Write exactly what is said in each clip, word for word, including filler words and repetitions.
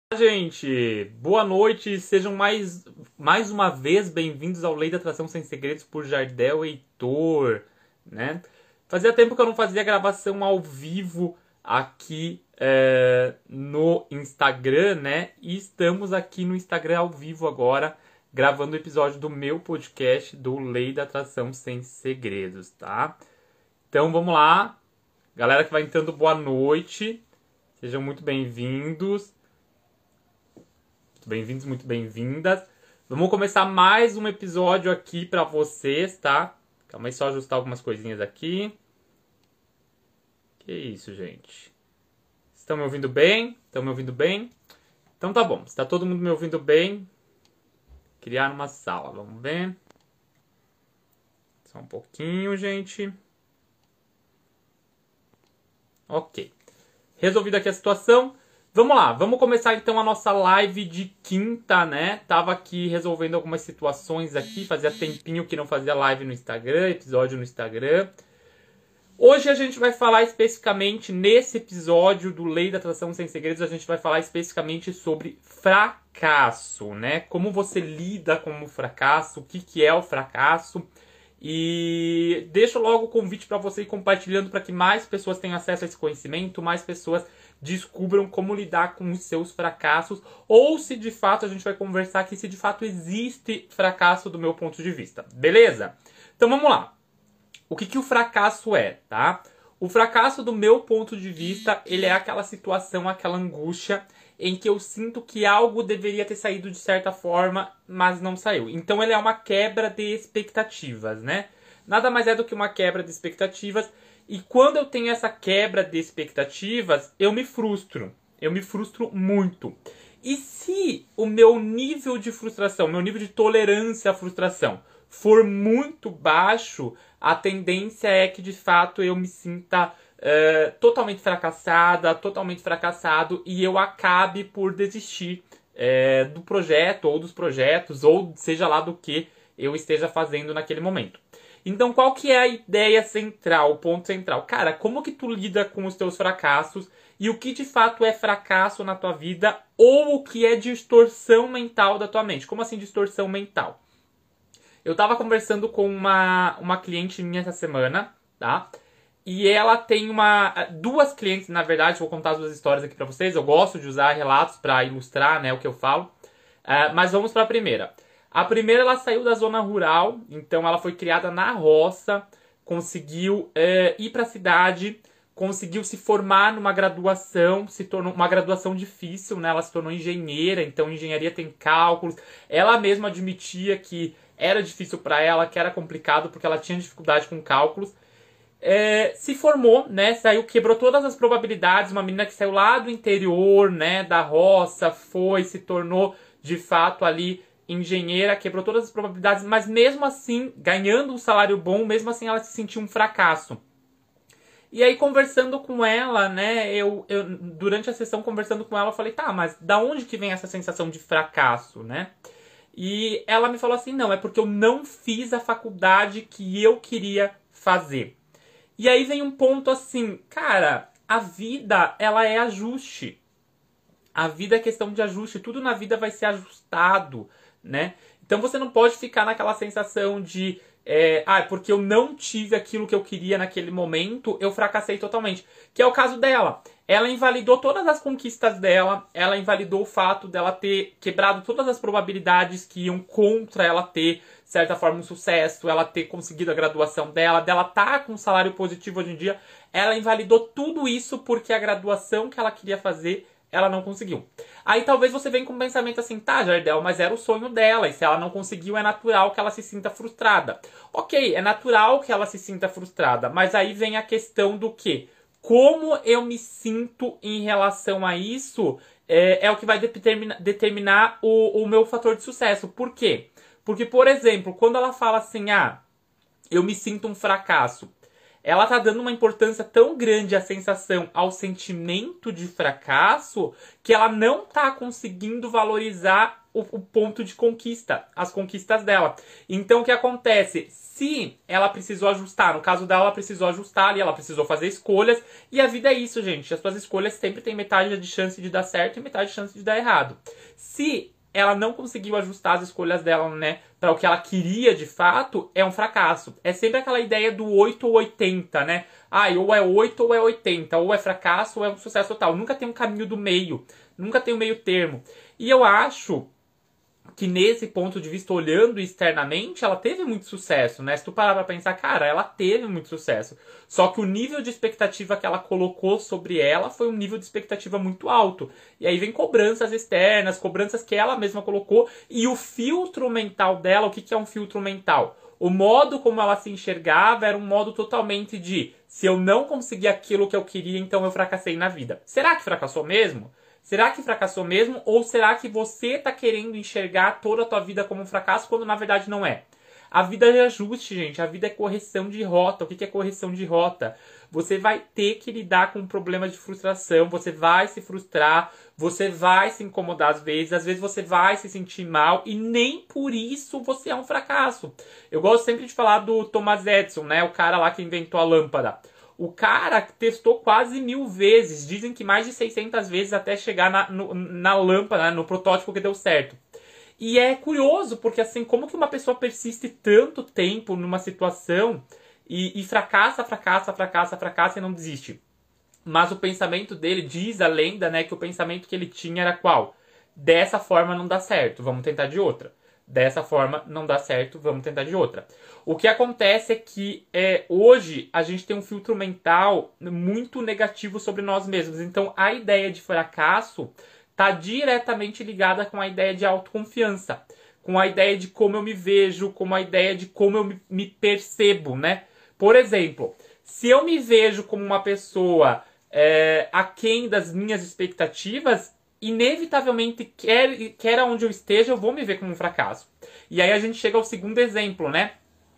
Gente, boa noite, sejam mais, mais uma vez bem-vindos ao Lei da Atração Sem Segredos por Jardel Heitor, né? Fazia tempo que eu não fazia gravação ao vivo aqui é, no Instagram, né? E estamos aqui no Instagram ao vivo agora, gravando o episódio do meu podcast do Lei da Atração Sem Segredos, tá? Então vamos lá, galera que vai entrando, boa noite, sejam muito bem-vindos. Muito bem-vindos, muito bem-vindas. Vamos começar mais um episódio aqui pra vocês, tá? Calma aí, só ajustar algumas coisinhas aqui. Que isso, gente? Estão me ouvindo bem? Estão me ouvindo bem? Então tá bom. Se tá todo mundo me ouvindo bem, criar uma sala. Vamos ver. Só um pouquinho, gente. Ok. Resolvida aqui a situação. Vamos lá, vamos começar então a nossa live de quinta, né? Tava aqui resolvendo algumas situações aqui, fazia tempinho que não fazia live no Instagram, episódio no Instagram. Hoje a gente vai falar especificamente, nesse episódio do Lei da Atração Sem Segredos, a gente vai falar especificamente sobre fracasso, né? Como você lida com o fracasso, o que, que é o fracasso. E deixo logo o convite para você ir compartilhando para que mais pessoas tenham acesso a esse conhecimento, mais pessoas descubram como lidar com os seus fracassos, ou se de fato a gente vai conversar aqui se de fato existe fracasso do meu ponto de vista, beleza? Então vamos lá. O que, que o fracasso é, tá? O fracasso do meu ponto de vista, ele é aquela situação, aquela angústia em que eu sinto que algo deveria ter saído de certa forma, mas não saiu. Então ele é uma quebra de expectativas, né? Nada mais é do que uma quebra de expectativas. E quando eu tenho essa quebra de expectativas, eu me frustro. Eu me frustro muito. E se o meu nível de frustração, meu nível de tolerância à frustração for muito baixo, a tendência é que de fato eu me sinta uh, totalmente fracassada, totalmente fracassado e eu acabe por desistir uh, do projeto ou dos projetos ou seja lá do que eu esteja fazendo naquele momento. Então, qual que é a ideia central, o ponto central? Cara, como que tu lida com os teus fracassos e o que de fato é fracasso na tua vida ou o que é distorção mental da tua mente? Como assim distorção mental? Eu tava conversando com uma, uma cliente minha essa semana, tá? E ela tem uma... duas clientes, na verdade, vou contar as duas histórias aqui pra vocês. Eu gosto de usar relatos pra ilustrar, né, o que eu falo. Uh, mas vamos pra primeira. A primeira, ela saiu da zona rural, então ela foi criada na roça, conseguiu é, ir para a cidade, conseguiu se formar numa graduação, se tornou uma graduação difícil, né? Ela se tornou engenheira, então engenharia tem cálculos. Ela mesma admitia que era difícil para ela, que era complicado, porque ela tinha dificuldade com cálculos. É, se formou, né? Saiu, quebrou todas as probabilidades, uma menina que saiu lá do interior, né? Da roça, foi, se tornou de fato ali engenheira, quebrou todas as probabilidades, mas mesmo assim, ganhando um salário bom, mesmo assim ela se sentiu um fracasso. E aí, conversando com ela, né, eu, eu durante a sessão, conversando com ela, eu falei, tá, mas da onde que vem essa sensação de fracasso, né? E ela me falou assim, não, é porque eu não fiz a faculdade que eu queria fazer. E aí vem um ponto assim, cara, a vida, ela é ajuste. A vida é questão de ajuste, tudo na vida vai ser ajustado, né? Então você não pode ficar naquela sensação de é, ah, porque eu não tive aquilo que eu queria naquele momento, eu fracassei totalmente. Que é o caso dela. Ela invalidou todas as conquistas dela, ela invalidou o fato dela ter quebrado todas as probabilidades que iam contra ela ter, de certa forma, um sucesso, ela ter conseguido a graduação dela, dela estar com um salário positivo hoje em dia. Ela invalidou tudo isso porque a graduação que ela queria fazer ela não conseguiu. Aí talvez você venha com um pensamento assim, tá, Jardel, mas era o sonho dela, e se ela não conseguiu, é natural que ela se sinta frustrada. Ok, é natural que ela se sinta frustrada, mas aí vem a questão do que? Como eu me sinto em relação a isso é, é o que vai determinar, determinar o, o meu fator de sucesso. Por quê? Porque, por exemplo, quando ela fala assim, ah, eu me sinto um fracasso, ela tá dando uma importância tão grande à sensação, ao sentimento de fracasso, que ela não tá conseguindo valorizar o, o ponto de conquista, as conquistas dela. Então, o que acontece? Se ela precisou ajustar, no caso dela, ela precisou ajustar ali, ela precisou fazer escolhas, e a vida é isso, gente. As suas escolhas sempre têm metade de chance de dar certo e metade de chance de dar errado. Se ela não conseguiu ajustar as escolhas dela, né, para o que ela queria de fato, é um fracasso. É sempre aquela ideia do oito ou oitenta, né? Ah, ou é oito ou é oitenta, ou é fracasso ou é um sucesso total. Nunca tem um caminho do meio, nunca tem um meio termo. E eu acho que nesse ponto de vista, olhando externamente, ela teve muito sucesso, né? Se tu parar pra pensar, cara, ela teve muito sucesso. Só que o nível de expectativa que ela colocou sobre ela foi um nível de expectativa muito alto. E aí vem cobranças externas, cobranças que ela mesma colocou. E o filtro mental dela, o que que é um filtro mental? O modo como ela se enxergava era um modo totalmente de: se eu não conseguir aquilo que eu queria, então eu fracassei na vida. Será que fracassou mesmo? Será que fracassou mesmo? Ou será que você está querendo enxergar toda a tua vida como um fracasso quando na verdade não é? A vida é ajuste, gente. A vida é correção de rota. O que é correção de rota? Você vai ter que lidar com problemas de frustração. Você vai se frustrar. Você vai se incomodar às vezes. Às vezes você vai se sentir mal. E nem por isso você é um fracasso. Eu gosto sempre de falar do Thomas Edison, né? O cara lá que inventou a lâmpada. O cara testou quase mil vezes. Dizem que mais de seiscentas vezes até chegar na, no, na lâmpada, no protótipo que deu certo. E é curioso, porque assim, como que uma pessoa persiste tanto tempo numa situação e, e fracassa, fracassa, fracassa, fracassa e não desiste? Mas o pensamento dele, diz a lenda, né, que o pensamento que ele tinha era qual? Dessa forma não dá certo, vamos tentar de outra. Dessa forma não dá certo, vamos tentar de outra. O que acontece é que é, hoje a gente tem um filtro mental muito negativo sobre nós mesmos. Então a ideia de fracasso está diretamente ligada com a ideia de autoconfiança, com a ideia de como eu me vejo, com a ideia de como eu me, me percebo, né? Por exemplo, se eu me vejo como uma pessoa é, aquém das minhas expectativas, inevitavelmente, quer, quer onde eu esteja, eu vou me ver como um fracasso. E aí a gente chega ao segundo exemplo, né?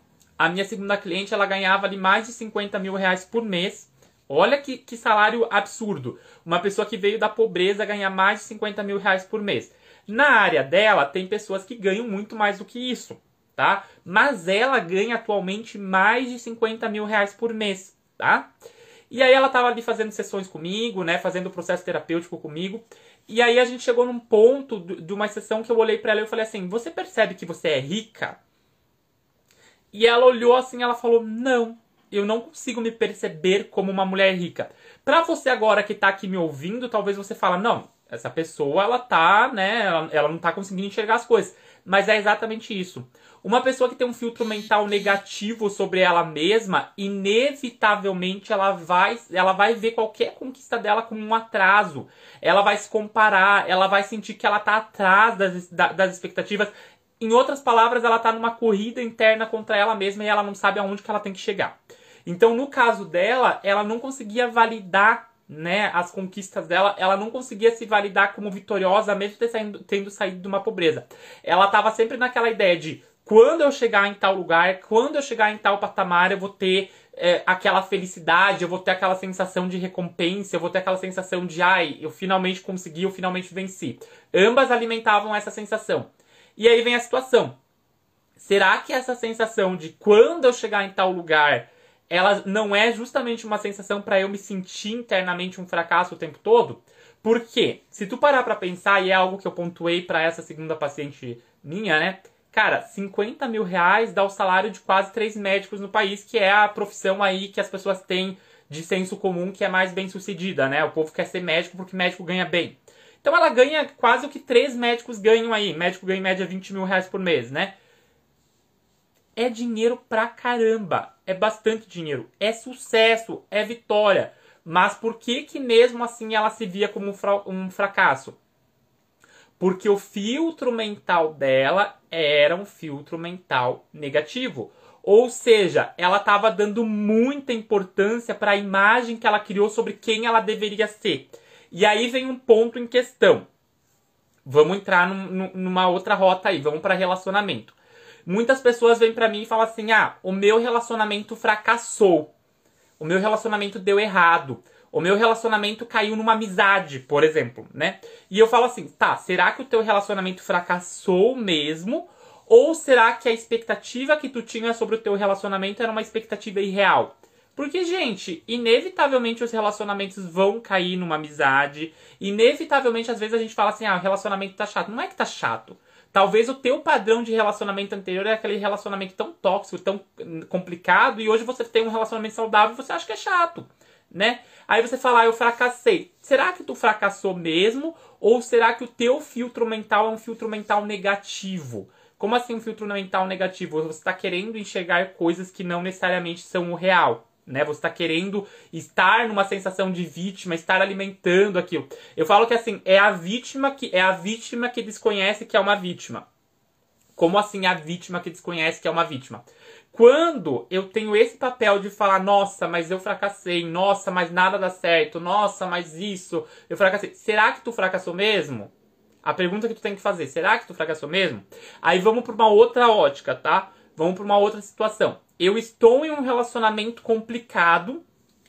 A minha segunda cliente, ela ganhava ali mais de cinquenta mil reais por mês. Olha que, que salário absurdo. Uma pessoa que veio da pobreza ganhar mais de cinquenta mil reais por mês. Na área dela, tem pessoas que ganham muito mais do que isso, tá? Mas ela ganha atualmente mais de cinquenta mil reais por mês, tá? E aí ela tava ali fazendo sessões comigo, né? Fazendo o processo terapêutico comigo. E aí a gente chegou num ponto de uma sessão que eu olhei pra ela e eu falei assim: você percebe que você é rica? E ela olhou assim, ela falou: não, eu não consigo me perceber como uma mulher rica. Pra você agora que tá aqui me ouvindo, talvez você fala: não, essa pessoa, ela tá, né, ela, ela não tá conseguindo enxergar as coisas. Mas é exatamente isso. Uma pessoa que tem um filtro mental negativo sobre ela mesma, inevitavelmente ela vai, ela vai ver qualquer conquista dela como um atraso. Ela vai se comparar, ela vai sentir que ela tá atrás das, das expectativas. Em outras palavras, ela está numa corrida interna contra ela mesma e ela não sabe aonde que ela tem que chegar. Então, no caso dela, ela não conseguia validar, né, as conquistas dela, ela não conseguia se validar como vitoriosa, mesmo ter saindo, tendo saído de uma pobreza. Ela estava sempre naquela ideia de: quando eu chegar em tal lugar, quando eu chegar em tal patamar, eu vou ter é, aquela felicidade, eu vou ter aquela sensação de recompensa, eu vou ter aquela sensação de: ai, eu finalmente consegui, eu finalmente venci. Ambas alimentavam essa sensação. E aí vem a situação. Será que essa sensação de quando eu chegar em tal lugar, ela não é justamente uma sensação para eu me sentir internamente um fracasso o tempo todo? Por quê? Se tu parar pra pensar, e é algo que eu pontuei para essa segunda paciente minha, né? Cara, cinquenta mil reais dá o salário de quase três médicos no país, que é a profissão aí que as pessoas têm de senso comum, que é mais bem sucedida, né? O povo quer ser médico porque médico ganha bem. Então ela ganha quase o que três médicos ganham aí. Médico ganha em média vinte mil reais por mês, né? É dinheiro pra caramba. É bastante dinheiro. É sucesso. É vitória. Mas por que que mesmo assim ela se via como um fracasso? Porque o filtro mental dela era um filtro mental negativo. Ou seja, ela estava dando muita importância para a imagem que ela criou sobre quem ela deveria ser. E aí vem um ponto em questão. Vamos entrar num, numa outra rota aí, vamos para relacionamento. Muitas pessoas vêm para mim e falam assim: ah, o meu relacionamento fracassou. o meu relacionamento deu errado, o meu relacionamento caiu numa amizade, por exemplo, né? E eu falo assim, tá, será que o teu relacionamento fracassou mesmo? Ou será que a expectativa que tu tinha sobre o teu relacionamento era uma expectativa irreal? Porque, gente, inevitavelmente os relacionamentos vão cair numa amizade. Inevitavelmente, às vezes, a gente fala assim, ah, o relacionamento tá chato. Não é que tá chato. Talvez o teu padrão de relacionamento anterior é aquele relacionamento tão tóxico, tão complicado, e hoje você tem um relacionamento saudável e você acha que é chato, né? Aí você fala, ah, eu fracassei. Será que tu fracassou mesmo? Ou será que o teu filtro mental é um filtro mental negativo? Como assim um filtro mental negativo? Você está querendo enxergar coisas que não necessariamente são o real, né? Você está querendo estar numa sensação de vítima, estar alimentando aquilo. Eu falo que assim, é a vítima que é a vítima que desconhece que é uma vítima. Como assim a vítima que desconhece que é uma vítima? Quando eu tenho esse papel de falar, nossa, mas eu fracassei, nossa, mas nada dá certo, nossa, mas isso, eu fracassei. Será que tu fracassou mesmo? A pergunta que tu tem que fazer, será que tu fracassou mesmo? Aí vamos para uma outra ótica, tá? Vamos para uma outra situação. Eu estou em um relacionamento complicado,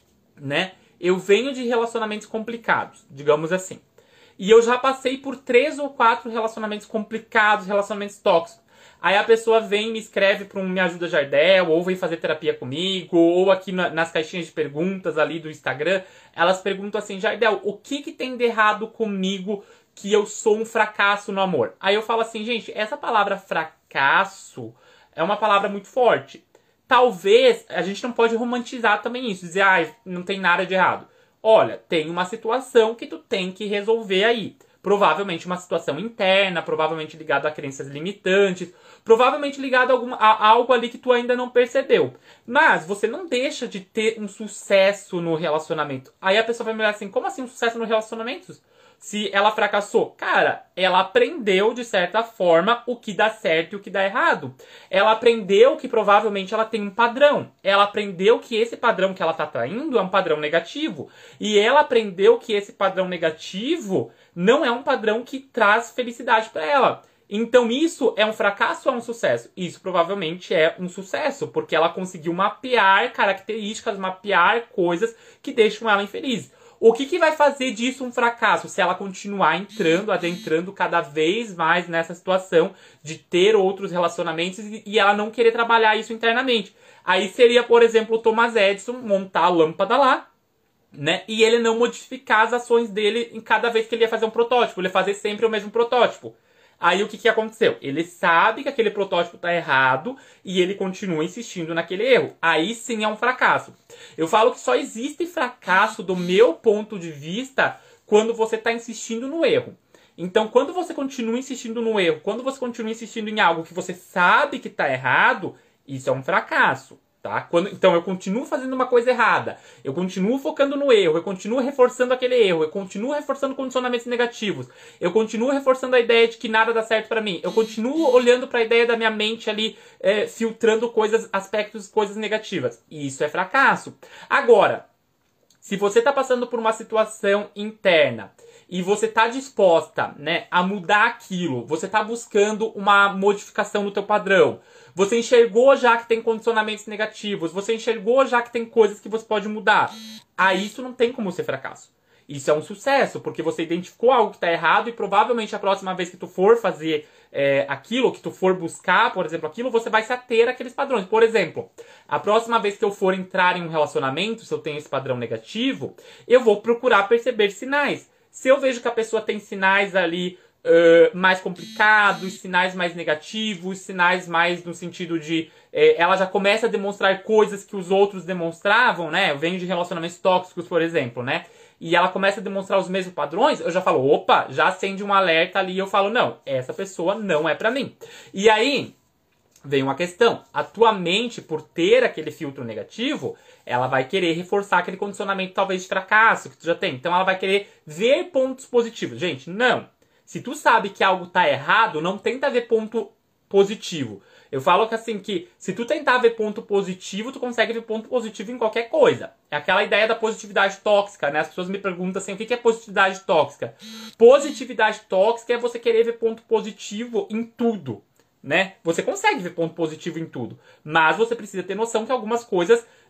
né? Eu venho de relacionamentos complicados, digamos assim. E eu já passei por três ou quatro relacionamentos complicados, relacionamentos tóxicos. Aí a pessoa vem e me escreve para um Me Ajuda Jardel, ou vem fazer terapia comigo, ou aqui na, nas caixinhas de perguntas ali do Instagram, elas perguntam assim, Jardel, o que, que tem de errado comigo que eu sou um fracasso no amor? Aí eu falo assim, gente, essa palavra fracasso é uma palavra muito forte. Talvez, a gente não pode romantizar também isso, dizer, ah, não tem nada de errado. Olha, tem uma situação que tu tem que resolver aí. Provavelmente uma situação interna, provavelmente ligado a crenças limitantes, provavelmente ligado a, alguma, a algo ali que tu ainda não percebeu. Mas você não deixa de ter um sucesso no relacionamento. Aí a pessoa vai me olhar assim, como assim um sucesso no relacionamento? Se ela fracassou, cara, ela aprendeu de certa forma o que dá certo e o que dá errado. Ela aprendeu que provavelmente ela tem um padrão. Ela aprendeu que esse padrão que ela tá traindo é um padrão negativo. E ela aprendeu que esse padrão negativo não é um padrão que traz felicidade para ela. Então isso é um fracasso ou é um sucesso? Isso provavelmente é um sucesso, porque ela conseguiu mapear características, mapear coisas que deixam ela infeliz. O que, que vai fazer disso um fracasso? Se ela continuar entrando, adentrando cada vez mais nessa situação de ter outros relacionamentos e ela não querer trabalhar isso internamente. Aí seria, por exemplo, o Thomas Edison montar a lâmpada lá, né? E ele não modificar as ações dele em cada vez que ele ia fazer um protótipo. Ele ia fazer sempre o mesmo protótipo. Aí o que, que aconteceu? Ele sabe que aquele protótipo está errado e ele continua insistindo naquele erro. Aí sim é um fracasso. Eu falo que só existe fracasso do meu ponto de vista quando você está insistindo no erro. Então, quando você continua insistindo no erro, quando você continua insistindo em algo que você sabe que está errado, isso é um fracasso. Tá? Quando, então eu continuo fazendo uma coisa errada, eu continuo focando no erro, eu continuo reforçando aquele erro, eu continuo reforçando condicionamentos negativos, eu continuo reforçando a ideia de que nada dá certo pra mim, eu continuo olhando pra ideia da minha mente ali, é, filtrando coisas, aspectos, coisas negativas. E isso é fracasso. Agora, se você está passando por uma situação interna e você está disposta, né, a mudar aquilo, você está buscando uma modificação no teu padrão, você enxergou já que tem condicionamentos negativos, você enxergou já que tem coisas que você pode mudar, aí isso não tem como ser fracasso. Isso é um sucesso, porque você identificou algo que está errado e provavelmente a próxima vez que tu for fazer é, aquilo, que tu for buscar, por exemplo, aquilo, você vai se ater àqueles padrões. Por exemplo, a próxima vez que eu for entrar em um relacionamento, se eu tenho esse padrão negativo, eu vou procurar perceber sinais. Se eu vejo que a pessoa tem sinais ali uh, mais complicados, sinais mais negativos, sinais mais no sentido de... Eh, ela já começa a demonstrar coisas que os outros demonstravam, né? Eu venho de relacionamentos tóxicos, por exemplo, né? E ela começa a demonstrar os mesmos padrões, eu já falo, opa, já acende um alerta ali e eu falo, não, essa pessoa não é pra mim. E aí, vem uma questão, a tua mente, por ter aquele filtro negativo, ela vai querer reforçar aquele condicionamento talvez de fracasso que tu já tem. Então ela vai querer ver pontos positivos. Gente, não. Se tu sabe que algo tá errado, não tenta ver ponto positivo. Eu falo que assim, que se tu tentar ver ponto positivo, tu consegue ver ponto positivo em qualquer coisa. É aquela ideia da positividade tóxica, né? As pessoas me perguntam assim, o que é positividade tóxica? Positividade tóxica é você querer ver ponto positivo em tudo, né? Você consegue ver ponto positivo em tudo, mas você precisa ter noção que algumas coisas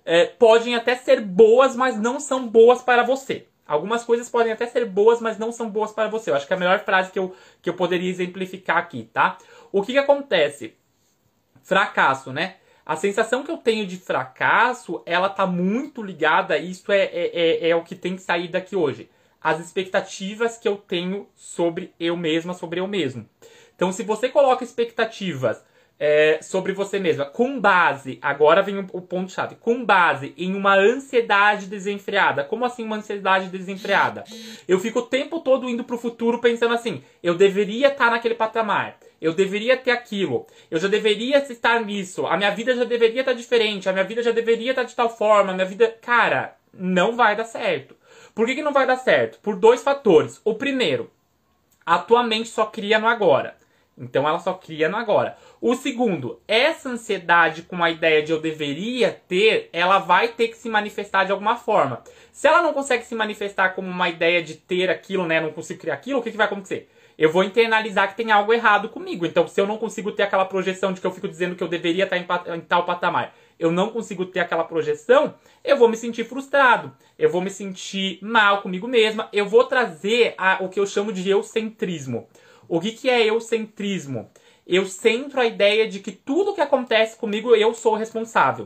é, podem até ser boas, mas não são boas para você. Algumas coisas podem até ser boas, mas não são boas para você. Eu acho que é a melhor frase que eu, que eu poderia exemplificar aqui, tá? O que que acontece? Fracasso, né? A sensação que eu tenho de fracasso, ela tá muito ligada, e isso é, é, é, é o que tem que sair daqui hoje. As expectativas que eu tenho sobre eu mesma, sobre eu mesmo. Então, se você coloca expectativas é, sobre você mesma, com base, agora vem o, o ponto-chave, com base em uma ansiedade desenfreada. Como assim uma ansiedade desenfreada? Eu fico o tempo todo indo pro futuro pensando assim, eu deveria estar naquele patamar, eu deveria ter aquilo, eu já deveria estar nisso, a minha vida já deveria estar diferente, a minha vida já deveria estar de tal forma, a minha vida... Cara, não vai dar certo. Por que que não vai dar certo? Por dois fatores. O primeiro, a tua mente só cria no agora. Então ela só cria no agora. O segundo, essa ansiedade com a ideia de eu deveria ter, ela vai ter que se manifestar de alguma forma. Se ela não consegue se manifestar como uma ideia de ter aquilo, né, não consigo criar aquilo, o que que vai acontecer? Eu vou internalizar que tem algo errado comigo. Então, se eu não consigo ter aquela projeção de que eu fico dizendo que eu deveria estar em, em tal patamar, eu não consigo ter aquela projeção, eu vou me sentir frustrado, eu vou me sentir mal comigo mesma, eu vou trazer a, o que eu chamo de eucentrismo. O que, que é eucentrismo? Eu centro a ideia de que tudo que acontece comigo, eu sou responsável.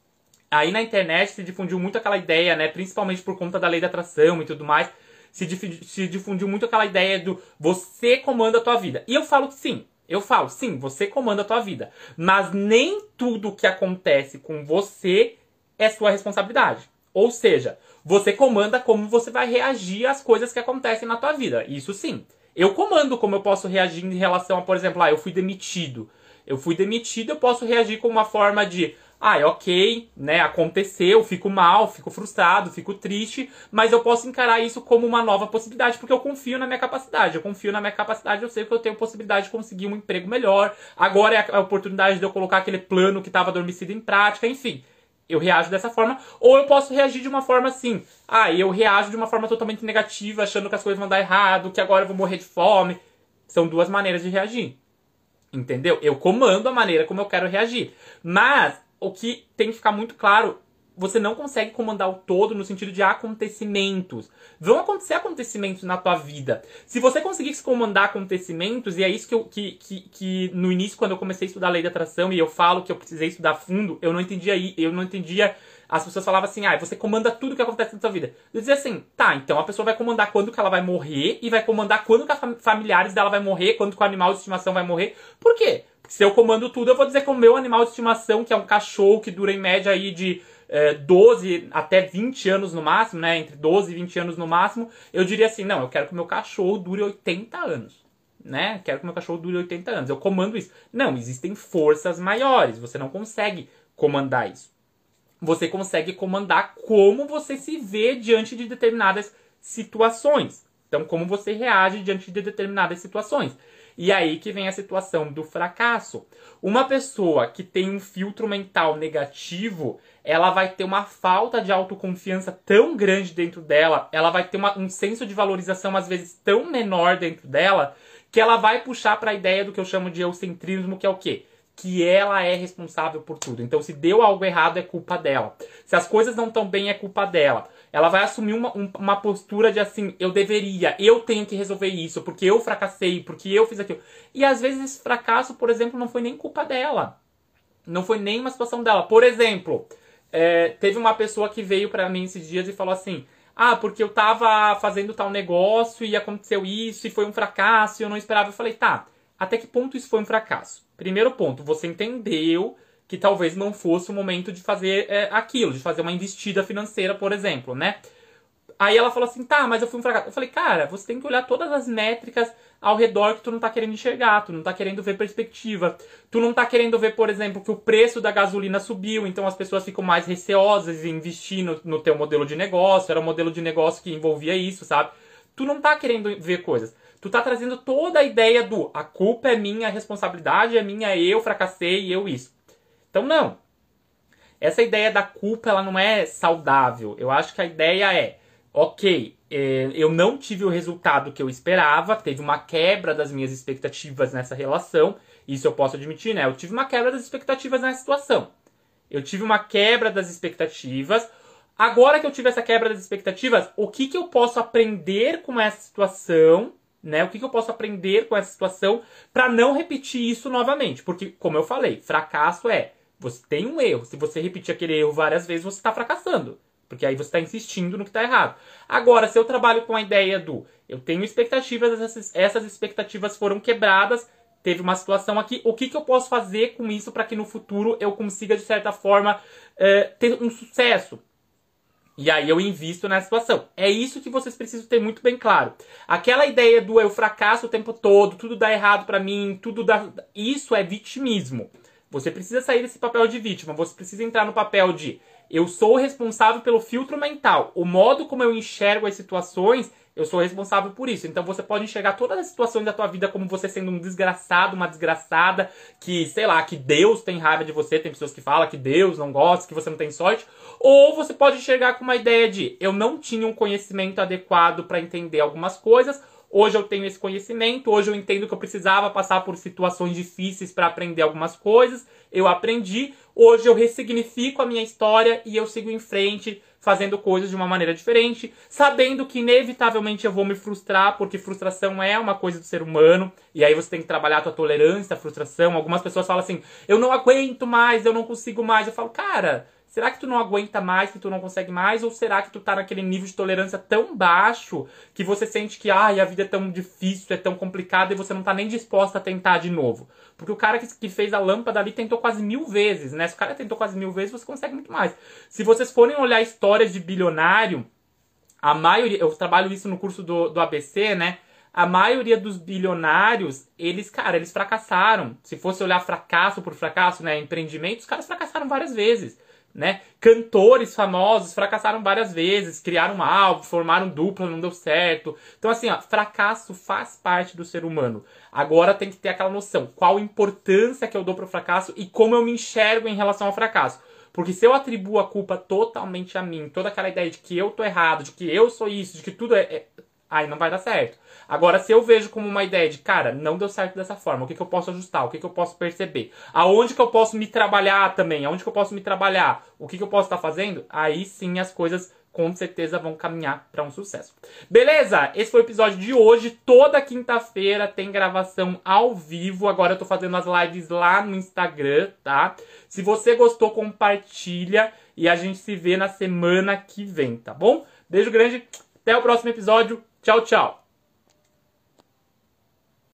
Aí na internet se difundiu muito aquela ideia, né, principalmente por conta da lei da atração e tudo mais, se, dif se difundiu muito aquela ideia do você comanda a tua vida. E eu falo que sim, eu falo, sim, você comanda a tua vida. Mas nem tudo que acontece com você é sua responsabilidade. Ou seja, você comanda como você vai reagir às coisas que acontecem na tua vida. Isso sim. Eu comando como eu posso reagir em relação a, por exemplo, ah, eu fui demitido. Eu fui demitido, eu posso reagir com uma forma de, ah, é ok, né, aconteceu, fico mal, fico frustrado, fico triste, mas eu posso encarar isso como uma nova possibilidade, porque eu confio na minha capacidade. Eu confio na minha capacidade, eu sei que eu tenho possibilidade de conseguir um emprego melhor. Agora é a oportunidade de eu colocar aquele plano que estava adormecido em prática, enfim. Eu reajo dessa forma, ou eu posso reagir de uma forma assim. Ah, eu reajo de uma forma totalmente negativa, achando que as coisas vão dar errado, que agora eu vou morrer de fome. São duas maneiras de reagir. Entendeu? Eu comando a maneira como eu quero reagir. Mas, o que tem que ficar muito claro, você não consegue comandar o todo no sentido de acontecimentos. Vão acontecer acontecimentos na tua vida. Se você conseguisse comandar acontecimentos, e é isso que, eu, que, que, que no início, quando eu comecei a estudar a lei da atração, e eu falo que eu precisei estudar a fundo, eu não entendia, eu não entendia, as pessoas falavam assim, ah, você comanda tudo que acontece na tua vida. Eu dizia assim, tá, então a pessoa vai comandar quando que ela vai morrer, e vai comandar quando que os familiares dela vai morrer, quando que o animal de estimação vai morrer. Por quê? Porque se eu comando tudo, eu vou dizer que o meu animal de estimação, que é um cachorro que dura em média aí de É, doze até vinte anos no máximo, né? Entre doze e vinte anos no máximo, eu diria assim, não, eu quero que o meu cachorro dure oitenta anos, né? Quero que o meu cachorro dure oitenta anos. Eu comando isso. Não, existem forças maiores. Você não consegue comandar isso. Você consegue comandar como você se vê diante de determinadas situações. Então, como você reage diante de determinadas situações. E aí que vem a situação do fracasso. Uma pessoa que tem um filtro mental negativo, ela vai ter uma falta de autoconfiança tão grande dentro dela, ela vai ter uma, um senso de valorização às vezes tão menor dentro dela, que ela vai puxar para a ideia do que eu chamo de eucentrismo, que é o quê? Que ela é responsável por tudo. Então, se deu algo errado, é culpa dela. Se as coisas não estão bem, é culpa dela. Ela vai assumir uma, um, uma postura de assim, eu deveria, eu tenho que resolver isso, porque eu fracassei, porque eu fiz aquilo. E às vezes esse fracasso, por exemplo, não foi nem culpa dela. Não foi nem uma situação dela. Por exemplo, é, teve uma pessoa que veio pra mim esses dias e falou assim, ah, porque eu tava fazendo tal negócio e aconteceu isso e foi um fracasso e eu não esperava. Eu falei, tá, até que ponto isso foi um fracasso? Primeiro ponto, você entendeu que talvez não fosse o momento de fazer é, aquilo, de fazer uma investida financeira, por exemplo, né? Aí ela falou assim, tá, mas eu fui um fracasso. Eu falei, cara, você tem que olhar todas as métricas ao redor que tu não tá querendo enxergar, tu não tá querendo ver perspectiva, tu não tá querendo ver, por exemplo, que o preço da gasolina subiu, então as pessoas ficam mais receosas em investir no, no teu modelo de negócio, era um modelo de negócio que envolvia isso, sabe? Tu não tá querendo ver coisas. Tu tá trazendo toda a ideia do a culpa é minha, a responsabilidade é minha, eu fracassei, eu isso. Então não. Essa ideia da culpa, ela não é saudável. Eu acho que a ideia é, ok, é, eu não tive o resultado que eu esperava, teve uma quebra das minhas expectativas nessa relação, isso eu posso admitir, né? Eu tive uma quebra das expectativas nessa situação. Eu tive uma quebra das expectativas. Agora que eu tive essa quebra das expectativas, o que, que eu posso aprender com essa situação, né? O que, que eu posso aprender com essa situação para não repetir isso novamente? Porque, como eu falei, fracasso é, você tem um erro. Se você repetir aquele erro várias vezes, você está fracassando. Porque aí você está insistindo no que está errado. Agora, se eu trabalho com a ideia do, eu tenho expectativas, essas, essas expectativas foram quebradas, teve uma situação aqui, o que, que eu posso fazer com isso para que no futuro eu consiga, de certa forma, é, ter um sucesso? E aí eu invisto nessa situação. É isso que vocês precisam ter muito bem claro. Aquela ideia do eu fracasso o tempo todo, tudo dá errado pra mim, tudo dá... Isso é vitimismo. Você precisa sair desse papel de vítima. Você precisa entrar no papel de eu sou responsável pelo filtro mental. O modo como eu enxergo as situações, eu sou responsável por isso. Então você pode enxergar todas as situações da tua vida como você sendo um desgraçado, uma desgraçada, que, sei lá, que Deus tem raiva de você. Tem pessoas que falam que Deus não gosta, que você não tem sorte. Ou você pode enxergar com uma ideia de eu não tinha um conhecimento adequado para entender algumas coisas. Hoje eu tenho esse conhecimento, hoje eu entendo que eu precisava passar por situações difíceis para aprender algumas coisas. Eu aprendi, hoje eu ressignifico a minha história e eu sigo em frente, fazendo coisas de uma maneira diferente, sabendo que inevitavelmente eu vou me frustrar, porque frustração é uma coisa do ser humano, e aí você tem que trabalhar a tua tolerância à frustração. Algumas pessoas falam assim, eu não aguento mais, eu não consigo mais. Eu falo, cara, será que tu não aguenta mais, que tu não consegue mais? Ou será que tu tá naquele nível de tolerância tão baixo que você sente que ai, a vida é tão difícil, é tão complicada e você não tá nem disposta a tentar de novo? Porque o cara que, que fez a lâmpada ali tentou quase mil vezes, né? Se o cara tentou quase mil vezes, você consegue muito mais. Se vocês forem olhar histórias de bilionário, a maioria... Eu trabalho isso no curso do, do A B C, né? A maioria dos bilionários, eles, cara, eles fracassaram. Se fosse olhar fracasso por fracasso, né? Empreendimento, os caras fracassaram várias vezes. Né? Cantores famosos fracassaram várias vezes, criaram um álbum, formaram dupla, não deu certo. Então assim, ó, fracasso faz parte do ser humano. Agora tem que ter aquela noção, qual a importância que eu dou pro fracasso e como eu me enxergo em relação ao fracasso. Porque se eu atribuo a culpa totalmente a mim, toda aquela ideia de que eu tô errado, de que eu sou isso, de que tudo é... é... aí não vai dar certo. Agora, se eu vejo como uma ideia de, cara, não deu certo dessa forma, o que, que eu posso ajustar, o que, que eu posso perceber, aonde que eu posso me trabalhar também, aonde que eu posso me trabalhar, o que, que eu posso estar fazendo, aí sim as coisas com certeza vão caminhar para um sucesso. Beleza? Esse foi o episódio de hoje. Toda quinta-feira tem gravação ao vivo. Agora eu tô fazendo as lives lá no Instagram, tá? Se você gostou, compartilha e a gente se vê na semana que vem, tá bom? Beijo grande, até o próximo episódio. Tchau, tchau!